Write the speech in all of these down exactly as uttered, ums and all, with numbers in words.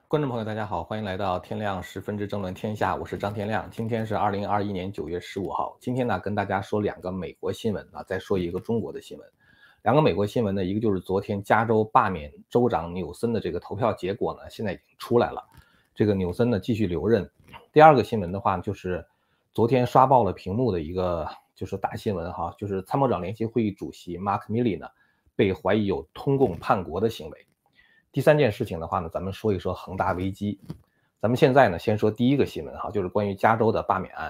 观众朋友，大家好，欢迎来到天亮十分之争论天下，我是张天亮。今天是二零二一年九月十五号。今天呢，跟大家说两个美国新闻啊，再说一个中国的新闻。两个美国新闻呢，一个就是昨天加州罢免州长纽森的这个投票结果呢，现在已经出来了。这个纽森呢继续留任。第二个新闻的话，就是昨天刷爆了屏幕的一个就是大新闻哈，就是参谋长联席会议主席 Mark Milley 呢被怀疑有通共叛国的行为。第三件事情的话呢，咱们说一说恒大危机。咱们现在呢，先说第一个新闻哈，就是关于加州的罢免案。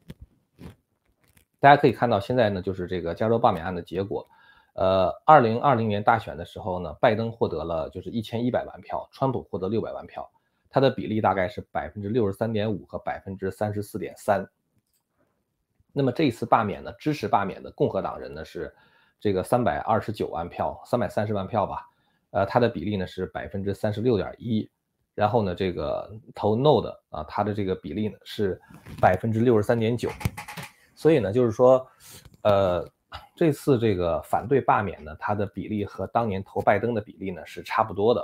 大家可以看到，现在呢，就是这个加州罢免案的结果。呃，二零二零年大选的时候呢，拜登获得了就是一千一百万票，川普获得六百万票，它的比例大概是百分之六十三点五和百分之三十四点三。那么这一次罢免呢，支持罢免的共和党人呢是这个三百二十九万票，三百三十万票吧。呃，它的比例呢是百分之三十六点一，然后呢，这个投 no 的啊，它的这个比例呢是百分之六十三点九，所以呢，就是说，呃，这次这个反对罢免呢，它的比例和当年投拜登的比例呢是差不多的。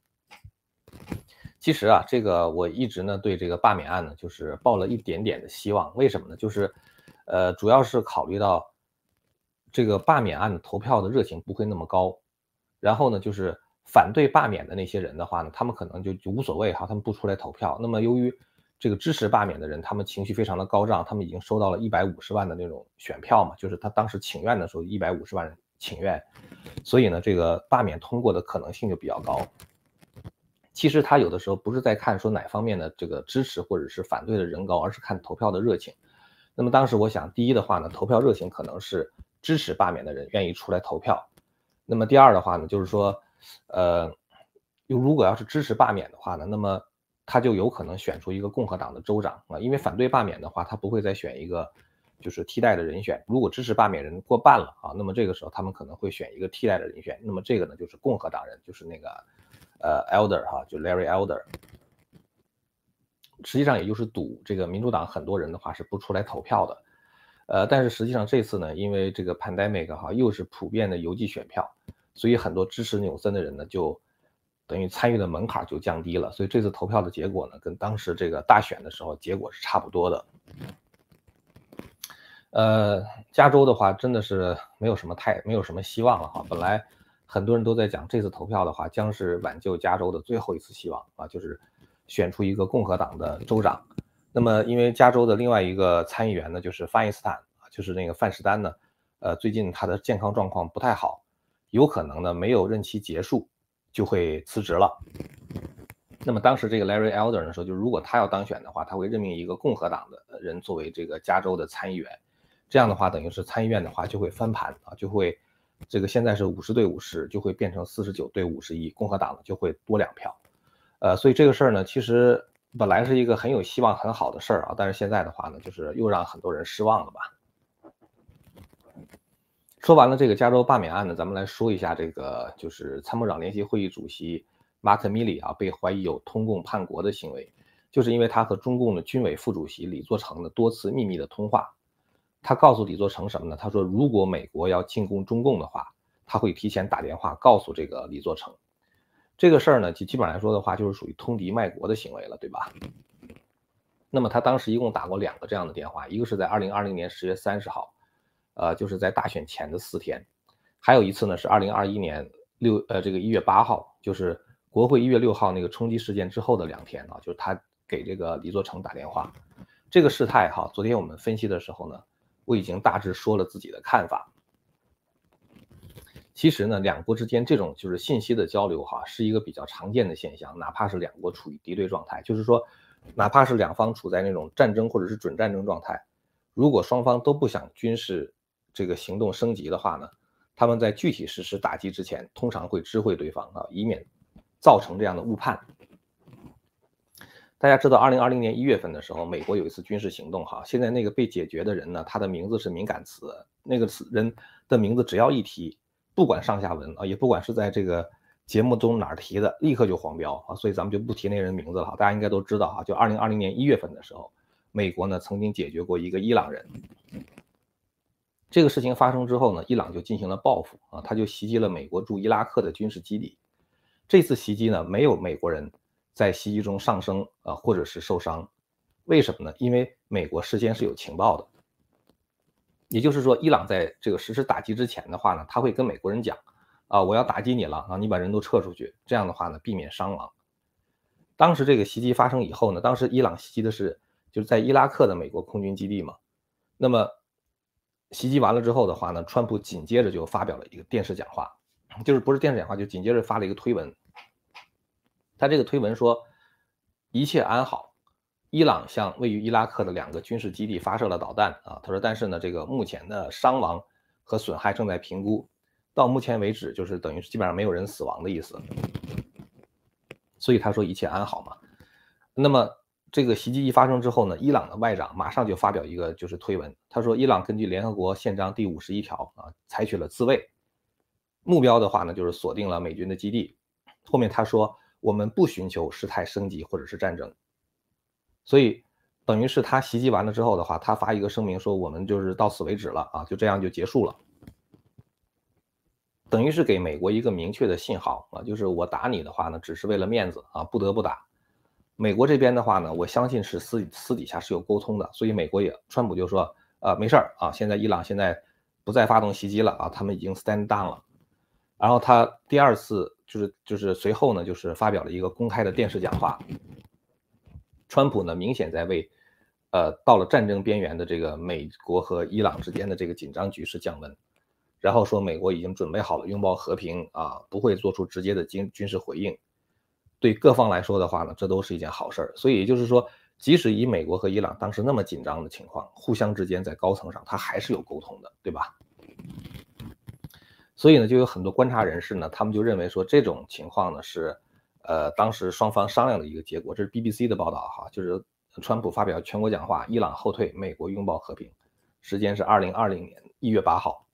其实啊，这个我一直呢对这个罢免案呢，就是抱了一点点的希望。为什么呢？就是，呃，主要是考虑到这个罢免案的投票的热情不会那么高，然后呢，就是反对罢免的那些人的话呢，他们可能就就无所谓哈，他们不出来投票。那么由于这个支持罢免的人，他们情绪非常的高涨，他们已经收到了一百五十万的那种选票嘛，就是他当时请愿的时候一百五十万人请愿，所以呢，这个罢免通过的可能性就比较高。其实他有的时候不是在看说哪方面的这个支持或者是反对的人高，而是看投票的热情。那么当时我想，第一的话呢，投票热情可能是支持罢免的人愿意出来投票。那么第二的话呢，就是说，呃，如果要是支持罢免的话呢，那么他就有可能选出一个共和党的州长啊，因为反对罢免的话，他不会再选一个就是替代的人选。如果支持罢免人过半了啊，那么这个时候他们可能会选一个替代的人选。那么这个呢，就是共和党人，就是那个呃 Elder 哈，就 Larry Elder。实际上也就是赌这个民主党很多人的话是不出来投票的。呃，但是实际上这次呢，因为这个 pandemic 哈，又是普遍的邮寄选票，所以很多支持纽森的人呢，就等于参与的门槛就降低了，所以这次投票的结果呢，跟当时这个大选的时候结果是差不多的。呃，加州的话真的是没有什么太没有什么希望了哈。本来很多人都在讲这次投票的话，将是挽救加州的最后一次希望啊，就是选出一个共和党的州长。那么因为加州的另外一个参议员呢，就是范因斯坦，就是那个范士丹呢，呃，最近他的健康状况不太好，有可能呢没有任期结束就会辞职了。那么当时这个 Larry Elder 呢说，就如果他要当选的话，他会任命一个共和党的人作为这个加州的参议员。这样的话，等于是参议院的话就会翻盘啊，就会这个现在是五十对五十，就会变成四十九对五十一，共和党呢就会多两票。呃，所以这个事儿呢，其实本来是一个很有希望、很好的事儿啊，但是现在的话呢，就是又让很多人失望了吧。说完了这个加州罢免案呢，咱们来说一下这个就是参谋长联席会议主席马克·米里啊，被怀疑有通共叛国的行为，就是因为他和中共的军委副主席李作成的多次秘密的通话。他告诉李作成什么呢？他说，如果美国要进攻中共的话，他会提前打电话告诉这个李作成。这个事儿呢，基基本上来说的话，就是属于通敌卖国的行为了，对吧？那么他当时一共打过两个这样的电话，一个是在二零二零年十月三十号，呃，就是在大选前的四天，还有一次呢是二零二一年六呃这个一月八号，就是国会一月六号那个冲击事件之后的两天啊，就是他给这个李作成打电话。这个事态哈，昨天我们分析的时候呢，我已经大致说了自己的看法。其实呢，两国之间这种就是信息的交流哈，是一个比较常见的现象，哪怕是两国处于敌对状态，就是说，哪怕是两方处在那种战争或者是准战争状态，如果双方都不想军事这个行动升级的话呢，他们在具体实施打击之前，通常会知会对方啊，以免造成这样的误判。大家知道，二零二零年一月份的时候，美国有一次军事行动哈，现在那个被解决的人呢，他的名字是敏感词，那个词人的名字只要一提，不管上下文啊，也不管是在这个节目中哪儿提的，立刻就黄标啊，所以咱们就不提那人名字了哈，大家应该都知道哈，就二零二零年一月份的时候，美国呢曾经解决过一个伊朗人。这个事情发生之后呢，伊朗就进行了报复啊，他就袭击了美国驻伊拉克的军事基地。这次袭击呢，没有美国人在袭击中丧生啊，或者是受伤。为什么呢？因为美国事先是有情报的，也就是说，伊朗在这个实施打击之前的话呢，他会跟美国人讲啊，我要打击你了啊，你把人都撤出去，这样的话呢，避免伤亡。当时这个袭击发生以后呢，当时伊朗袭击的是就是在伊拉克的美国空军基地嘛。那么袭击完了之后的话呢，川普紧接着就发表了一个电视讲话，就是不是电视讲话，就紧接着发了一个推文。他这个推文说一切安好，伊朗向位于伊拉克的两个军事基地发射了导弹啊。他说，但是呢，这个目前的伤亡和损害正在评估，到目前为止就是等于是基本上没有人死亡的意思。所以他说一切安好嘛。那么这个袭击一发生之后呢，伊朗的外长马上就发表一个就是推文，他说伊朗根据联合国宪章第五十一条啊，采取了自卫，目标的话呢就是锁定了美军的基地。后面他说我们不寻求事态升级或者是战争。所以等于是他袭击完了之后的话，他发一个声明说我们就是到此为止了啊，就这样就结束了。等于是给美国一个明确的信号啊，就是我打你的话呢，只是为了面子啊，不得不打。美国这边的话呢，我相信是私私底下是有沟通的，所以美国也川普就说啊，没事儿啊，现在伊朗现在不再发动袭击了啊，他们已经 stand down 了。然后他第二次就是就是随后呢，就是发表了一个公开的电视讲话。川普呢，明显在为呃到了战争边缘的这个美国和伊朗之间的这个紧张局势降温。然后说美国已经准备好了拥抱和平啊，不会做出直接的军军事回应。对各方来说的话呢，这都是一件好事儿。所以也就是说，即使以美国和伊朗当时那么紧张的情况，互相之间在高层上他还是有沟通的，对吧？所以呢，就有很多观察人士呢，他们就认为说这种情况呢是，呃，当时双方商量的一个结果。这是 B B C 的报道哈，就是川普发表全国讲话，伊朗后退，美国拥抱和平，时间是二零二零年一月八号。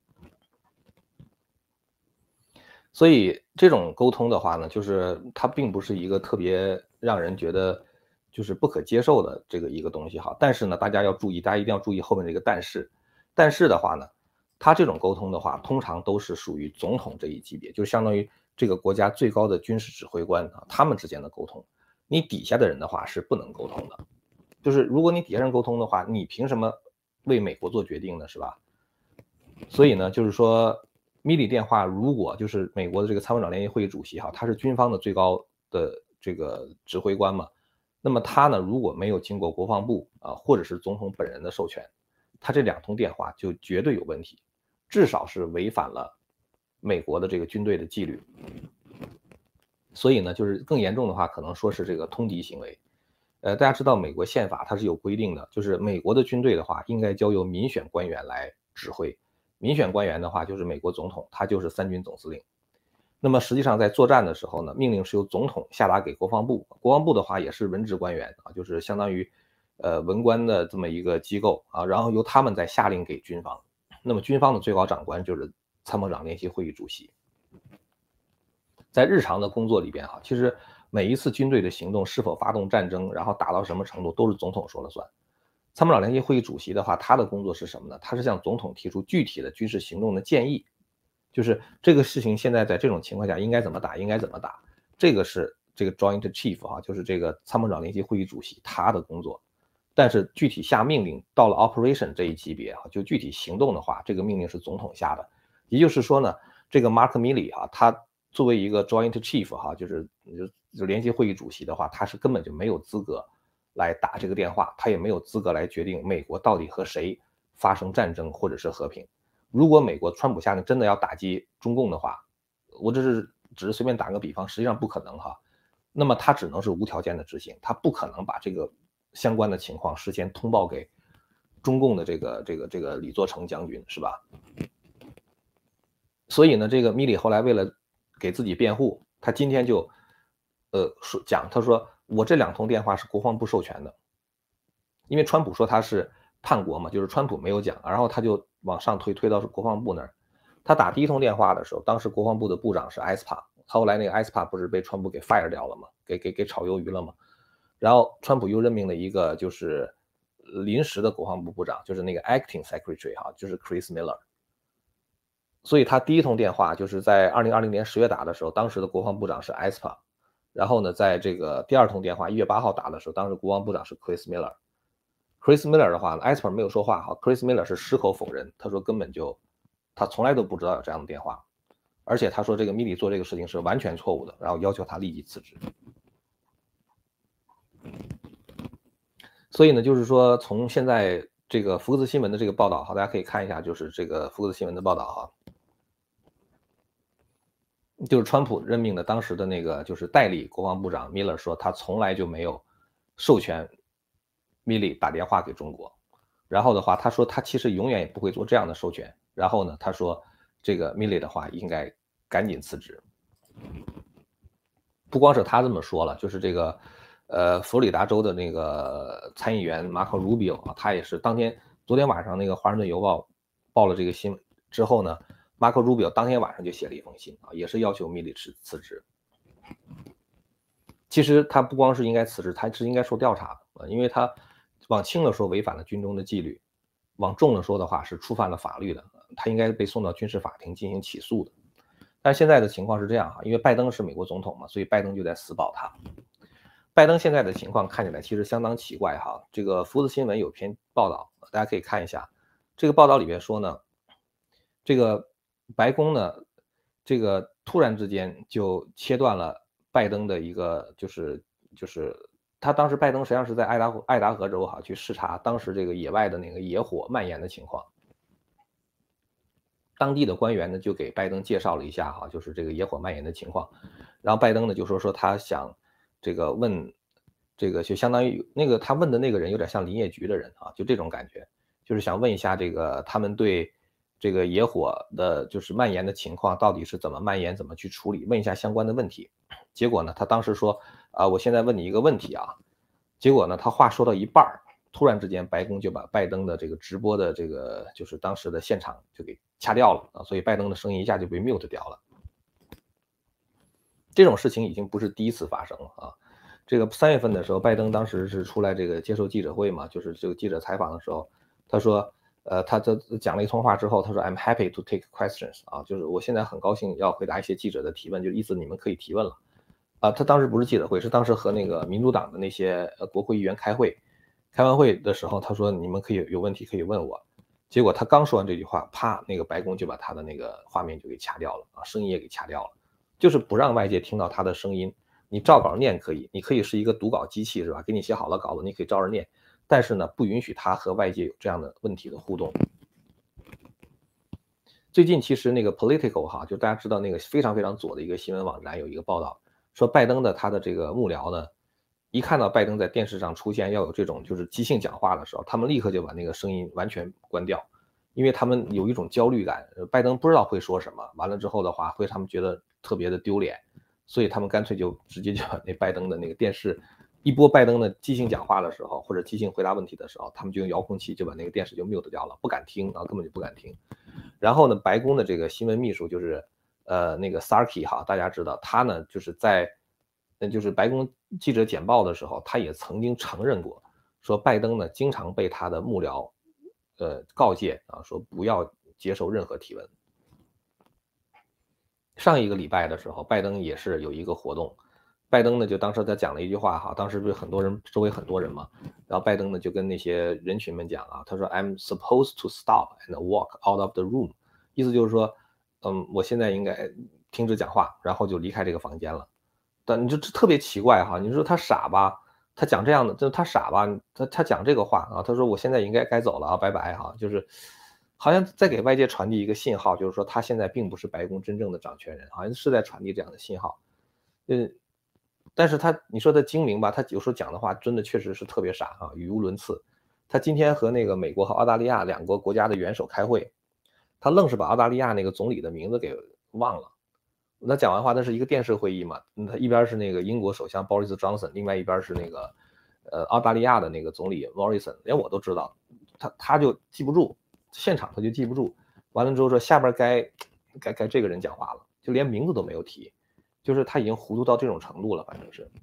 所以这种沟通的话呢，就是它并不是一个特别让人觉得就是不可接受的这个一个东西哈。但是呢，大家要注意，大家一定要注意后面这个但是。但是的话呢，它这种沟通的话，通常都是属于总统这一级别，就相当于这个国家最高的军事指挥官啊，他们之间的沟通。你底下的人的话是不能沟通的，就是如果你底下人沟通的话，你凭什么为美国做决定呢？是吧？所以呢，就是说。米里电话如果就是美国的这个参谋长联席会议主席哈，他是军方的最高的这个指挥官嘛，那么他呢如果没有经过国防部啊或者是总统本人的授权，他这两通电话就绝对有问题，至少是违反了美国的这个军队的纪律。所以呢，就是更严重的话，可能说是这个通敌行为。呃，大家知道美国宪法它是有规定的，就是美国的军队的话应该交由民选官员来指挥。民选官员的话就是美国总统，他就是三军总司令。那么实际上在作战的时候呢，命令是由总统下达给国防部，国防部的话也是文职官员啊，就是相当于呃文官的这么一个机构啊，然后由他们再下令给军方。那么军方的最高长官就是参谋长联席会议主席。在日常的工作里边哈，其实每一次军队的行动是否发动战争，然后打到什么程度，都是总统说了算。参谋长联席会议主席的话，他的工作是什么呢？他是向总统提出具体的军事行动的建议，就是这个事情现在在这种情况下应该怎么打，应该怎么打。这个是这个 Joint Chief 哈，就是这个参谋长联席会议主席他的工作。但是具体下命令到了 Operation 这一级别哈，就具体行动的话，这个命令是总统下的。也就是说呢，这个 Mark Milley 哈，他作为一个 Joint Chief 哈，就是就联席会议主席的话，他是根本就没有资格来打这个电话，他也没有资格来决定美国到底和谁发生战争或者是和平。如果美国川普下令真的要打击中共的话，我这是只是随便打个比方，实际上不可能哈。那么他只能是无条件的执行，他不可能把这个相关的情况事先通报给中共的这个这个这个李作成将军，是吧？所以呢，这个米里后来为了给自己辩护，他今天就呃说讲，他说我这两通电话是国防部授权的，因为川普说他是叛国嘛，就是川普没有讲，然后他就往上推，推到是国防部那儿。他打第一通电话的时候，当时国防部的部长是 Esper， 后来那个 Esper 不是被川普给 fire 掉了吗？给给给炒鱿鱼了吗？然后川普又任命了一个就是临时的国防部部长，就是那个 acting secretary 哈，就是 Chris Miller。所以他第一通电话就是在二零二零年十月打的时候，当时的国防部长是 Esper， 然后呢，在这个第二通电话一月八号打的时候，当时国防部长是 Chris Miller。Chris Miller 的话呢 ，Esper 没有说话哈 ，Chris Miller 是矢口否认，他说根本就他从来都不知道有这样的电话，而且他说这个米里做这个事情是完全错误的，然后要求他立即辞职。所以呢，就是说从现在这个福克斯新闻的这个报道哈，大家可以看一下，就是这个福克斯新闻的报道哈。就是川普任命的当时的那个就是代理国防部长 Miller 说，他从来就没有授权 Milley 打电话给中国。然后的话，他说他其实永远也不会做这样的授权。然后呢，他说这个 Milley 的话应该赶紧辞职。不光是他这么说了，就是这个呃佛罗里达州的那个参议员 Marco Rubio 啊，他也是当天昨天晚上那个华盛顿邮报报了这个新闻之后呢。Marco Rubio 当天晚上就写了一封信啊，也是要求米里辞辞职。其实他不光是应该辞职，他是应该受调查的啊，因为他往轻了说违反了军中的纪律，往重了说的话是触犯了法律的，他应该被送到军事法庭进行起诉的。但现在的情况是这样哈，因为拜登是美国总统嘛，所以拜登就在死保他。拜登现在的情况看起来其实相当奇怪哈。这个福克斯新闻有篇报道，大家可以看一下。这个报道里面说呢，这个白宫呢，这个突然之间就切断了拜登的一个，就是就是他当时拜登实际上是在爱达爱达荷州哈去视察当时这个野外的那个野火蔓延的情况。当地的官员呢就给拜登介绍了一下哈，就是这个野火蔓延的情况。然后拜登呢就说说他想这个问这个就相当于那个他问的那个人有点像林业局的人啊，就这种感觉，就是想问一下这个他们对。这个野火的就是蔓延的情况到底是怎么蔓延，怎么去处理，问一下相关的问题。结果呢，他当时说啊，我现在问你一个问题啊。结果呢，他话说到一半突然之间白宫就把拜登的这个直播的这个就是当时的现场就给掐掉了啊，所以拜登的声音一下就被 mute 掉了。这种事情已经不是第一次发生了啊。这个三月份的时候，拜登当时是出来这个接受记者会嘛，就是这个记者采访的时候，他说。呃，他这讲了一通话之后，他说 I'm happy to take questions 啊，就是我现在很高兴要回答一些记者的提问，就意思你们可以提问了。啊，他当时不是记者会，是当时和那个民主党的那些呃国会议员开会，开完会的时候，他说你们可以有问题可以问我。结果他刚说完这句话，啪，那个白宫就把他的那个画面就给掐掉了啊，声音也给掐掉了，就是不让外界听到他的声音。你照稿念可以，你可以是一个读稿机器是吧？给你写好了稿子，你可以照着念。但是呢，不允许他和外界有这样的问题的互动。最近其实那个 Political 哈，就大家知道那个非常非常左的一个新闻网站有一个报道，说拜登的他的这个幕僚呢，一看到拜登在电视上出现要有这种就是即兴讲话的时候，他们立刻就把那个声音完全关掉，因为他们有一种焦虑感，拜登不知道会说什么，完了之后的话会他们觉得特别的丢脸，所以他们干脆就直接就把那拜登的那个电视。一播拜登的即兴讲话的时候，或者即兴回答问题的时候，他们就用遥控器就把那个电视就 mute 掉了，不敢听啊，根本就不敢听。然后呢，白宫的这个新闻秘书就是呃那个 Sarkey 哈，大家知道他呢就是在那就是白宫记者简报的时候，他也曾经承认过，说拜登呢经常被他的幕僚呃告诫啊，说不要接受任何提问。上一个礼拜的时候，拜登也是有一个活动。拜登呢，就当时他讲了一句话哈，当时不是很多人，周围很多人嘛，然后拜登呢就跟那些人群们讲啊，他说 I'm supposed to stop and walk out of the room， 意思就是说，嗯，我现在应该停止讲话，然后就离开这个房间了。但你就特别奇怪哈，你说他傻吧？他讲这样的，就他傻吧？他他讲这个话啊，他说我现在应该该走了啊，拜拜哈，就是好像在给外界传递一个信号，就是说他现在并不是白宫真正的掌权人，好像是在传递这样的信号，嗯。但是他，你说他精明吧？他有时候讲的话真的确实是特别傻啊，语无伦次。他今天和那个美国和澳大利亚两国国家的元首开会，他愣是把澳大利亚那个总理的名字给忘了。那讲完话，那是一个电视会议嘛？他一边是那个英国首相 Boris Johnson， 另外一边是那个呃澳大利亚的那个总理 Morrison， 连我都知道，他他就记不住，现场他就记不住。完了之后说下边该该该这个人讲话了，就连名字都没有提。就是他已经糊涂到这种程度了，反正是。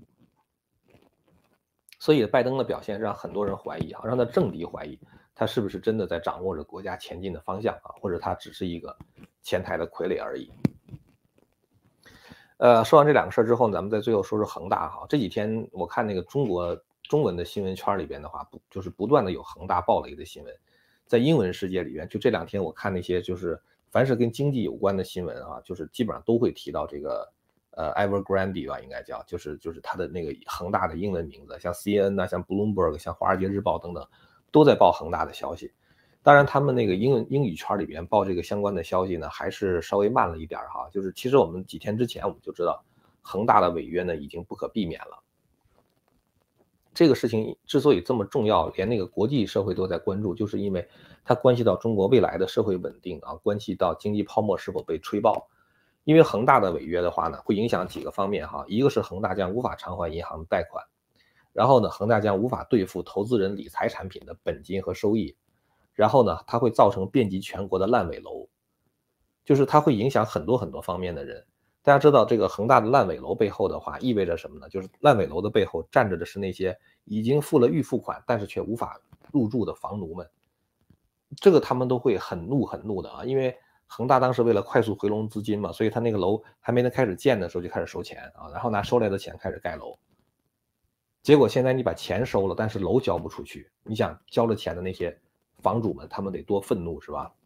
所以拜登的表现让很多人怀疑啊，让他政敌怀疑他是不是真的在掌握着国家前进的方向啊，或者他只是一个前台的傀儡而已。 呃，说完这两个事儿之后，咱们再最后说说恒大哈。这几天我看那个中国中文的新闻圈里边的话，不就是不断的有恒大暴雷的新闻，在英文世界里边，就这两天我看那些就是凡是跟经济有关的新闻啊，就是基本上都会提到这个呃 Evergrande 吧，应该叫，就是就是它的那个恒大的英文名字，像 C N N 啊，像 Bloomberg，像华尔街日报等等，都在报恒大的消息。当然，他们那个英文英语圈里边报这个相关的消息呢，还是稍微慢了一点哈。就是其实我们几天之前我们就知道，恒大的违约呢已经不可避免了。这个事情之所以这么重要，连那个国际社会都在关注，就是因为它关系到中国未来的社会稳定啊，关系到经济泡沫是否被吹爆。因为恒大的违约的话呢，会影响几个方面哈，一个是恒大将无法偿还银行的贷款，然后呢，恒大将无法兑付投资人理财产品的本金和收益。然后呢，它会造成遍及全国的烂尾楼，就是它会影响很多很多方面的人。大家知道这个恒大的烂尾楼背后的话意味着什么呢？就是烂尾楼的背后站着的是那些已经付了预付款，但是却无法入住的房奴们。这个他们都会很怒很怒的啊，因为恒大当时为了快速回笼资金嘛，所以他那个楼还没能开始建的时候就开始收钱啊，然后拿收来的钱开始盖楼。结果现在你把钱收了，但是楼交不出去，你想交了钱的那些房主们，他们得多愤怒是吧？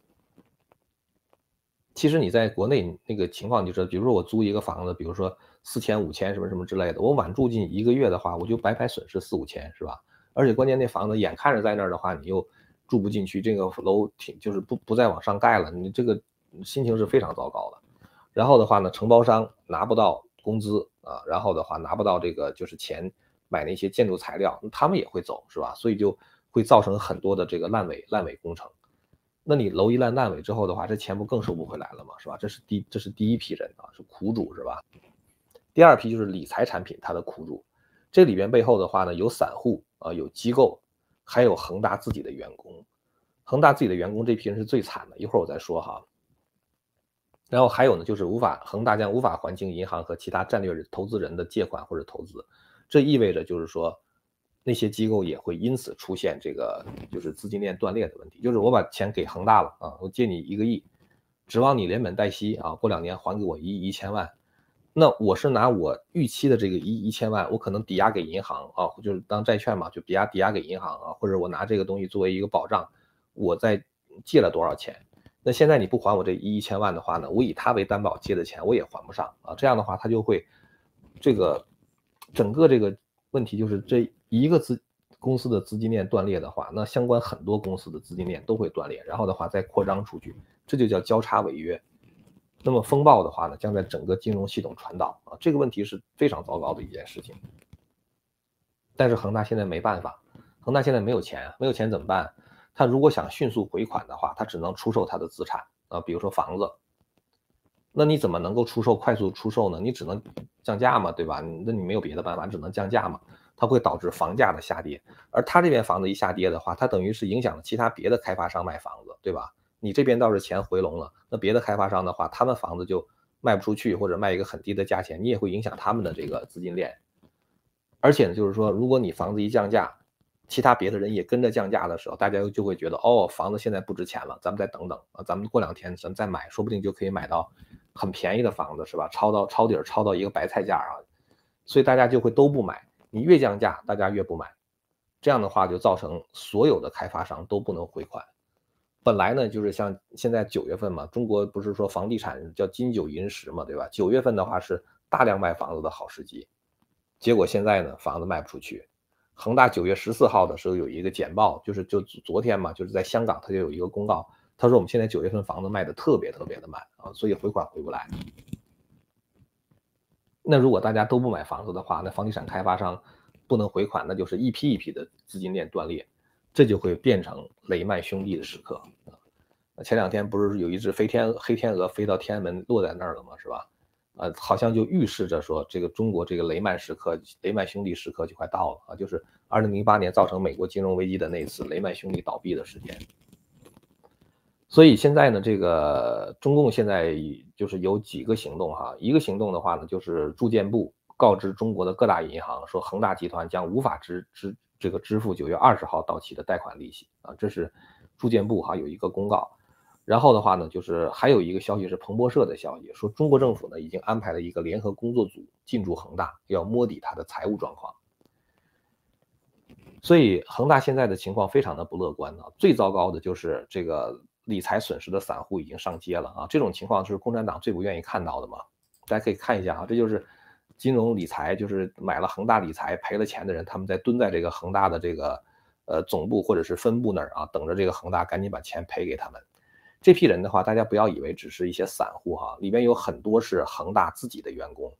其实你在国内那个情况你就知道，比如说我租一个房子，比如说四千、五千什么什么之类的，我晚住进一个月的话，我就白白损失四五千，是吧？而且关键那房子眼看着在那儿的话，你又住不进去，这个楼挺就是不不再往上盖了，你这个心情是非常糟糕的。然后的话呢，承包商拿不到工资啊，然后的话拿不到这个就是钱买那些建筑材料，他们也会走，是吧？所以就会造成很多的这个烂尾烂尾工程。那你楼一烂烂尾之后的话，这钱不更收不回来了吗？是吧？这是第这是第一批人啊，是苦主是吧？第二批就是理财产品它的苦主，这里边背后的话呢，有散户啊，有机构，还有恒大自己的员工。恒大自己的员工这批人是最惨的，一会儿我再说哈。然后还有呢，就是无法恒大将无法还清银行和其他战略投资人的借款或者投资，这意味着就是说，那些机构也会因此出现这个就是资金链断裂的问题。就是我把钱给恒大了啊，我借你一个亿，指望你连本带息啊，过两年还给我一亿一千万。那我是拿我预期的这个一亿一千万，我可能抵押给银行啊，就是当债券嘛，就抵押抵押给银行啊，或者我拿这个东西作为一个保障，我再借了多少钱。那现在你不还我这一一千万的话呢，我以它为担保借的钱我也还不上啊，这样的话它就会这个整个这个问题就是这一个资公司的资金链断裂的话，那相关很多公司的资金链都会断裂，然后的话再扩张出去，这就叫交叉违约。那么风暴的话呢，将在整个金融系统传导啊，这个问题是非常糟糕的一件事情。但是恒大现在没办法，恒大现在没有钱，没有钱怎么办？他如果想迅速回款的话，他只能出售他的资产啊，比如说房子。那你怎么能够出售快速出售呢？你只能降价嘛，对吧？那你没有别的办法，只能降价嘛。它会导致房价的下跌，而他这边房子一下跌的话，它等于是影响了其他别的开发商卖房子，对吧？你这边倒是钱回笼了，那别的开发商的话，他们房子就卖不出去，或者卖一个很低的价钱，你也会影响他们的这个资金链。而且呢，就是说，如果你房子一降价，其他别的人也跟着降价的时候，大家就会觉得，哦，房子现在不值钱了，咱们再等等啊，咱们过两天咱们再买，说不定就可以买到很便宜的房子，是吧？抄到抄底儿，抄到一个白菜价啊，所以大家就会都不买。你越降价，大家越不买，这样的话就造成所有的开发商都不能回款。本来呢，就是像现在九月份嘛，中国不是说房地产叫金九银十嘛，对吧？九月份的话是大量卖房子的好时机，结果现在呢，房子卖不出去。恒大九月十四号的时候有一个简报，就是就昨天嘛，就是在香港他就有一个公告，他说我们现在九月份房子卖的特别特别的慢啊，所以回款回不来。那如果大家都不买房子的话，那房地产开发商不能回款，那就是一批一批的资金链断裂，这就会变成雷曼兄弟的时刻。前两天不是有一只飞天黑天鹅飞到天安门落在那儿了吗？是吧？呃，好像就预示着说，这个中国这个雷曼时刻、雷曼兄弟时刻就快到了啊！就是二零零八年造成美国金融危机的那次雷曼兄弟倒闭的时间。所以现在呢，这个中共现在就是有几个行动哈，一个行动的话呢，就是住建部告知中国的各大银行说，恒大集团将无法支支这个支付九月二十号到期的贷款利息啊，这是住建部哈有一个公告。 然后的话呢，就是还有一个消息是彭博社的消息，说中国政府呢已经安排了一个联合工作组进驻恒大，要摸底它的财务状况。所以恒大现在的情况非常的不乐观啊，最糟糕的就是这个理财损失的散户已经上街了啊，这种情况是共产党最不愿意看到的嘛。大家可以看一下啊，这就是金融理财，就是买了恒大理财赔了钱的人，他们在蹲在这个恒大的这个呃总部或者是分部那儿啊，等着这个恒大赶紧把钱赔给他们。这批人的话，大家不要以为只是一些散户哈，里边有很多是恒大自己的员工。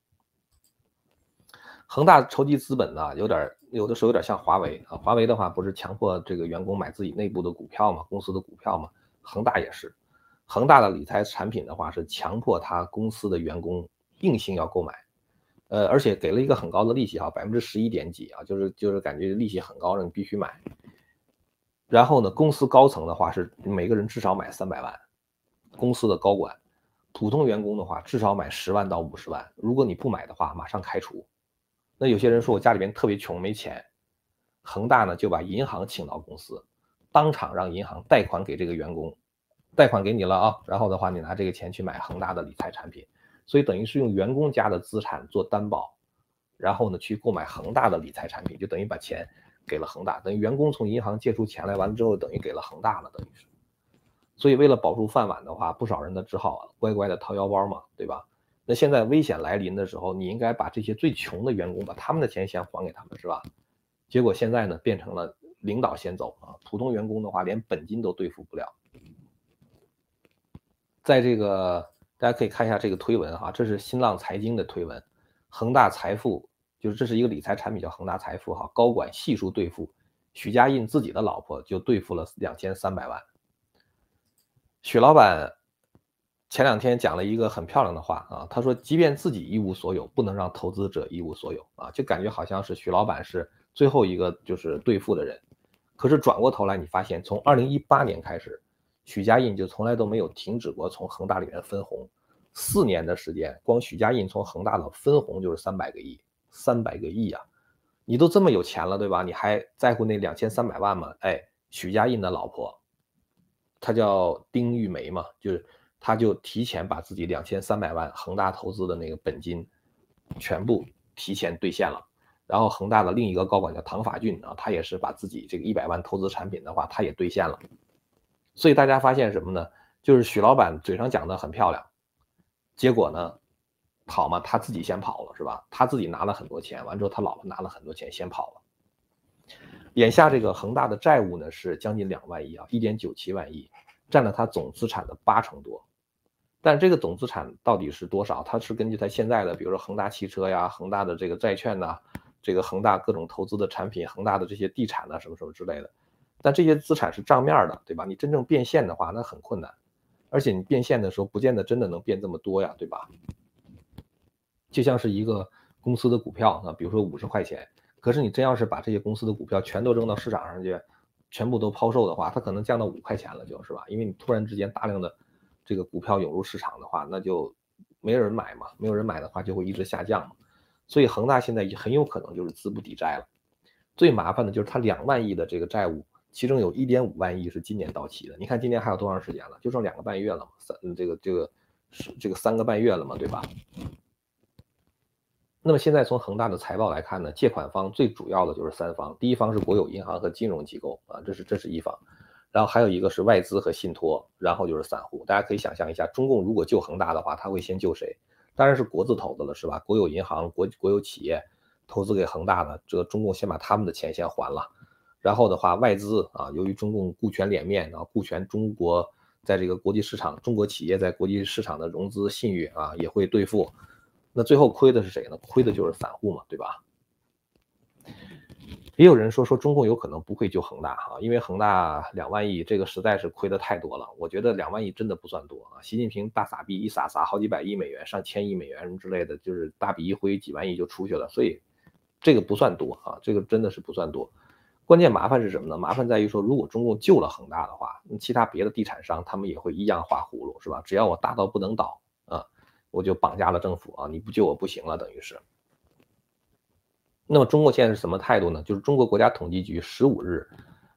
恒大筹集资本呢，有点有的时候有点像华为啊。华为的话不是强迫这个员工买自己内部的股票嘛，公司的股票嘛。恒大也是，恒大的理财产品的话是强迫他公司的员工硬性要购买，呃，而且给了一个很高的利息哈，百分之十一点几啊，就是就是感觉利息很高，让你必须买。然后呢，公司高层的话是每个人至少买三百万，公司的高管，普通员工的话至少买十万到五十万，如果你不买的话，马上开除。那有些人说我家里边特别穷没钱，恒大呢就把银行请到公司，当场让银行贷款给这个员工，贷款给你了啊，然后的话你拿这个钱去买恒大的理财产品，所以等于是用员工家的资产做担保，然后呢去购买恒大的理财产品，就等于把钱给了恒大，等于员工从银行借出钱来，完了之后等于给了恒大了，等于是。所以为了保住饭碗的话，不少人呢只好乖乖的掏腰包嘛，对吧？那现在危险来临的时候，你应该把这些最穷的员工把他们的钱先还给他们，是吧？结果现在呢变成了领导先走啊，普通员工的话连本金都兑付不了。在这个大家可以看一下这个推文哈，这是新浪财经的推文，恒大财富就是这是一个理财产品叫恒大财富哈，高管悉数兑付，许家印自己的老婆就兑付了两千三百万。许老板前两天讲了一个很漂亮的话啊，他说即便自己一无所有，不能让投资者一无所有啊，就感觉好像是许老板是最后一个就是兑付的人。可是转过头来你发现，从二零一八年开始，许家印就从来都没有停止过从恒大里面分红，四年的时间，光许家印从恒大的分红就是三百个亿，三百个亿啊！你都这么有钱了，对吧？你还在乎那两千三百万吗？哎，许家印的老婆，她叫丁玉梅嘛，就是他就提前把自己两千三百万恒大投资的那个本金全部提前兑现了。然后恒大的另一个高管叫唐法俊啊，他也是把自己这个一百万投资产品的话，他也兑现了。所以大家发现什么呢？就是许老板嘴上讲的很漂亮，结果呢，跑嘛，他自己先跑了，是吧？他自己拿了很多钱，完之后他老婆拿了很多钱先跑了。眼下这个恒大的债务呢是将近两万亿啊，一点九七万亿，占了他总资产的八成多。但这个总资产到底是多少？它是根据它现在的，比如说恒大汽车呀、恒大的这个债券呐、这个恒大各种投资的产品、恒大的这些地产呐、什么什么之类的。但这些资产是账面的，对吧？你真正变现的话，那很困难。而且你变现的时候，不见得真的能变这么多呀，对吧？就像是一个公司的股票啊，比如说五十块钱，可是你真要是把这些公司的股票全都扔到市场上去，全部都抛售的话，它可能降到五块钱了，就是吧？因为你突然之间大量的这个股票涌入市场的话，那就没有人买嘛，没有人买的话就会一直下降嘛。所以恒大现在很有可能就是资不抵债了。最麻烦的就是它两万亿的这个债务，其中有一点五万亿是今年到期的。你看今年还有多长时间了？就剩两个半月了嘛，三这个这个是这个三个半月了嘛，对吧？那么现在从恒大的财报来看呢，借款方最主要的就是三方，第一方是国有银行和金融机构啊，这是这是一方，然后还有一个是外资和信托，然后就是散户。大家可以想象一下，中共如果救恒大的话，他会先救谁？当然是国字头的了，是吧？国有银行、国国有企业投资给恒大的，这个中共先把他们的钱先还了，然后的话，外资啊，由于中共顾全脸面啊，顾全中国在这个国际市场，中国企业在国际市场的融资信誉啊，也会兑付。那最后亏的是谁呢？亏的就是散户嘛，对吧？也有人说说中共有可能不会救恒大哈，因为恒大两万亿这个实在是亏的太多了。我觉得两万亿真的不算多啊，习近平大撒币一撒撒好几百亿美元、上千亿美元什么之类的，就是大笔一挥几万亿就出去了，所以这个不算多啊，这个真的是不算多。关键麻烦是什么呢？麻烦在于说，如果中共救了恒大的话，其他别的地产商他们也会一样画葫芦，是吧？只要我大到不能倒啊。我就绑架了政府啊！你不救我不行了，等于是。那么中国现在是什么态度呢？就是中国国家统计局十五日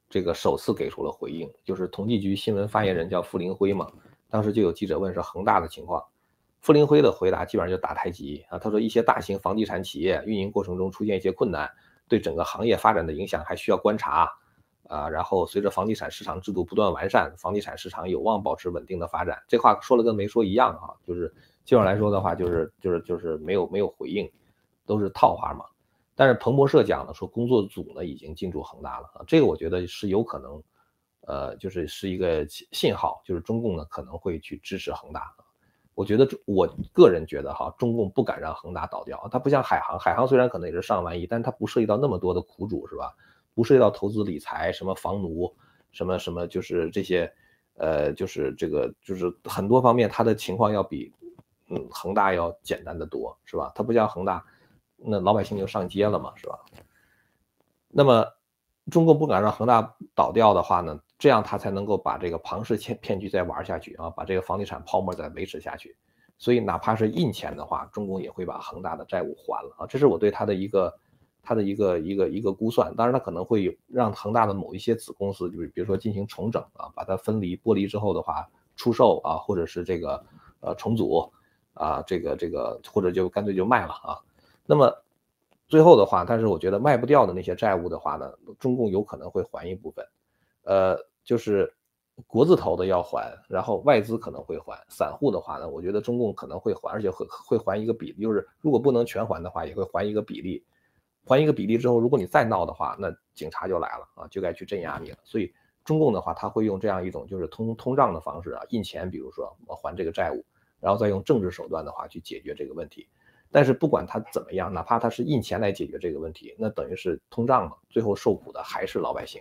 这个首次给出了回应，就是统计局新闻发言人叫傅林辉嘛，当时就有记者问是恒大的情况，傅林辉的回答基本上就打太极啊，他说一些大型房地产企业运营过程中出现一些困难，对整个行业发展的影响还需要观察啊，然后随着房地产市场制度不断完善，房地产市场有望保持稳定的发展。这话说了跟没说一样啊，就是基本上来说的话，就是就是就是没有没有回应，都是套话嘛。但是彭博社讲了，说工作组呢已经进驻恒大了啊，这个我觉得是有可能，呃，就是是一个信号，就是中共呢可能会去支持恒大。我觉得我个人觉得哈，中共不敢让恒大倒掉，它不像海航，海航虽然可能也是上万亿，但它不涉及到那么多的苦主是吧？不涉及到投资理财，什么房奴，什么什么，就是这些，呃，就是这个，就是很多方面，它的情况要比，嗯，恒大要简单的多，是吧？它不像恒大，那老百姓就上街了嘛，是吧？那么，中共不敢让恒大倒掉的话呢，这样他才能够把这个庞氏骗局再玩下去啊，把这个房地产泡沫再维持下去。所以，哪怕是印钱的话，中共也会把恒大的债务还了啊，这是我对他的一个。它的一个一个一个估算，当然它可能会让恒大的某一些子公司，就是比如说进行重整啊，把它分离剥离之后的话出售啊，或者是这个呃重组啊，这个这个或者就干脆就卖了啊。那么最后的话，但是我觉得卖不掉的那些债务的话呢，中共有可能会还一部分，呃，就是国字头的要还，然后外资可能会还，散户的话呢，我觉得中共可能会还，而且会会还一个比例，就是如果不能全还的话，也会还一个比例。还一个比例之后，如果你再闹的话，那警察就来了啊，就该去镇压你了。所以中共的话，他会用这样一种就是通通胀的方式啊，印钱，比如说我还这个债务，然后再用政治手段的话去解决这个问题。但是不管他怎么样，哪怕他是印钱来解决这个问题，那等于是通胀嘛，最后受苦的还是老百姓。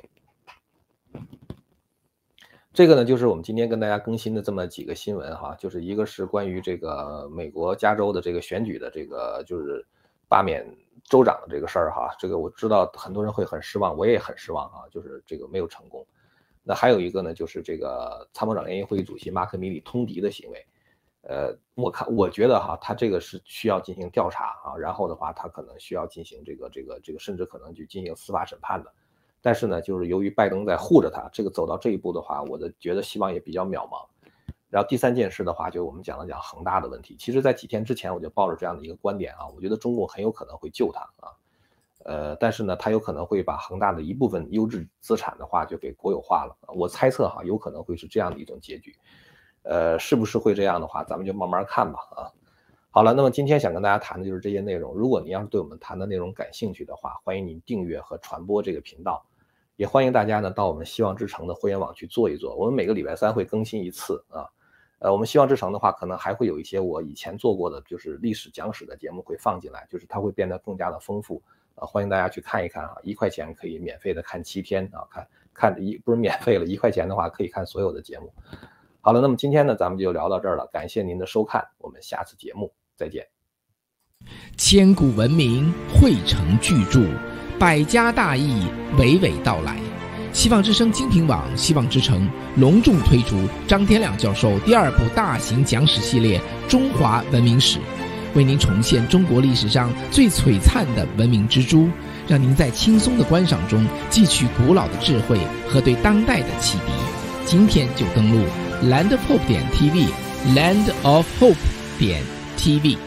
这个呢，就是我们今天跟大家更新的这么几个新闻哈，就是一个是关于这个美国加州的这个选举的这个就是罢免州长的这个事儿哈，这个我知道很多人会很失望，我也很失望啊，就是这个没有成功。那还有一个呢，就是这个参谋长联谊会主席马克米里通敌的行为，呃，我看我觉得哈，他这个是需要进行调查啊，然后的话，他可能需要进行这个这个这个，甚至可能去进行司法审判的。但是呢，就是由于拜登在护着他，这个走到这一步的话，我的觉得希望也比较渺茫。然后第三件事的话，就我们讲了讲恒大的问题。其实，在几天之前我就抱着这样的一个观点啊，我觉得中共很有可能会救他啊，呃，但是呢，他有可能会把恒大的一部分优质资产的话就给国有化了。我猜测哈，有可能会是这样的一种结局。呃，是不是会这样的话，咱们就慢慢看吧啊。好了，那么今天想跟大家谈的就是这些内容。如果你要是对我们谈的内容感兴趣的话，欢迎您订阅和传播这个频道。也欢迎大家呢到我们希望之城的会员网去做一做，我们每个礼拜三会更新一次啊。呃，我们希望之城的话，可能还会有一些我以前做过的就是历史讲史的节目会放进来，就是它会变得更加的丰富啊。欢迎大家去看一看啊，一块钱可以免费的看七天啊，看看一不是免费了，一块钱的话可以看所有的节目。好了，那么今天呢，咱们就聊到这儿了，感谢您的收看，我们下次节目再见。 千古文明汇成巨著，百家大义娓娓道来。希望之声精品网、希望之城隆重推出张天亮教授第二部大型讲史系列《中华文明史》，为您重现中国历史上最璀璨的文明之珠，让您在轻松的观赏中汲取古老的智慧和对当代的启迪。今天就登录 land of hope 点 tv， land of hope 点 tv。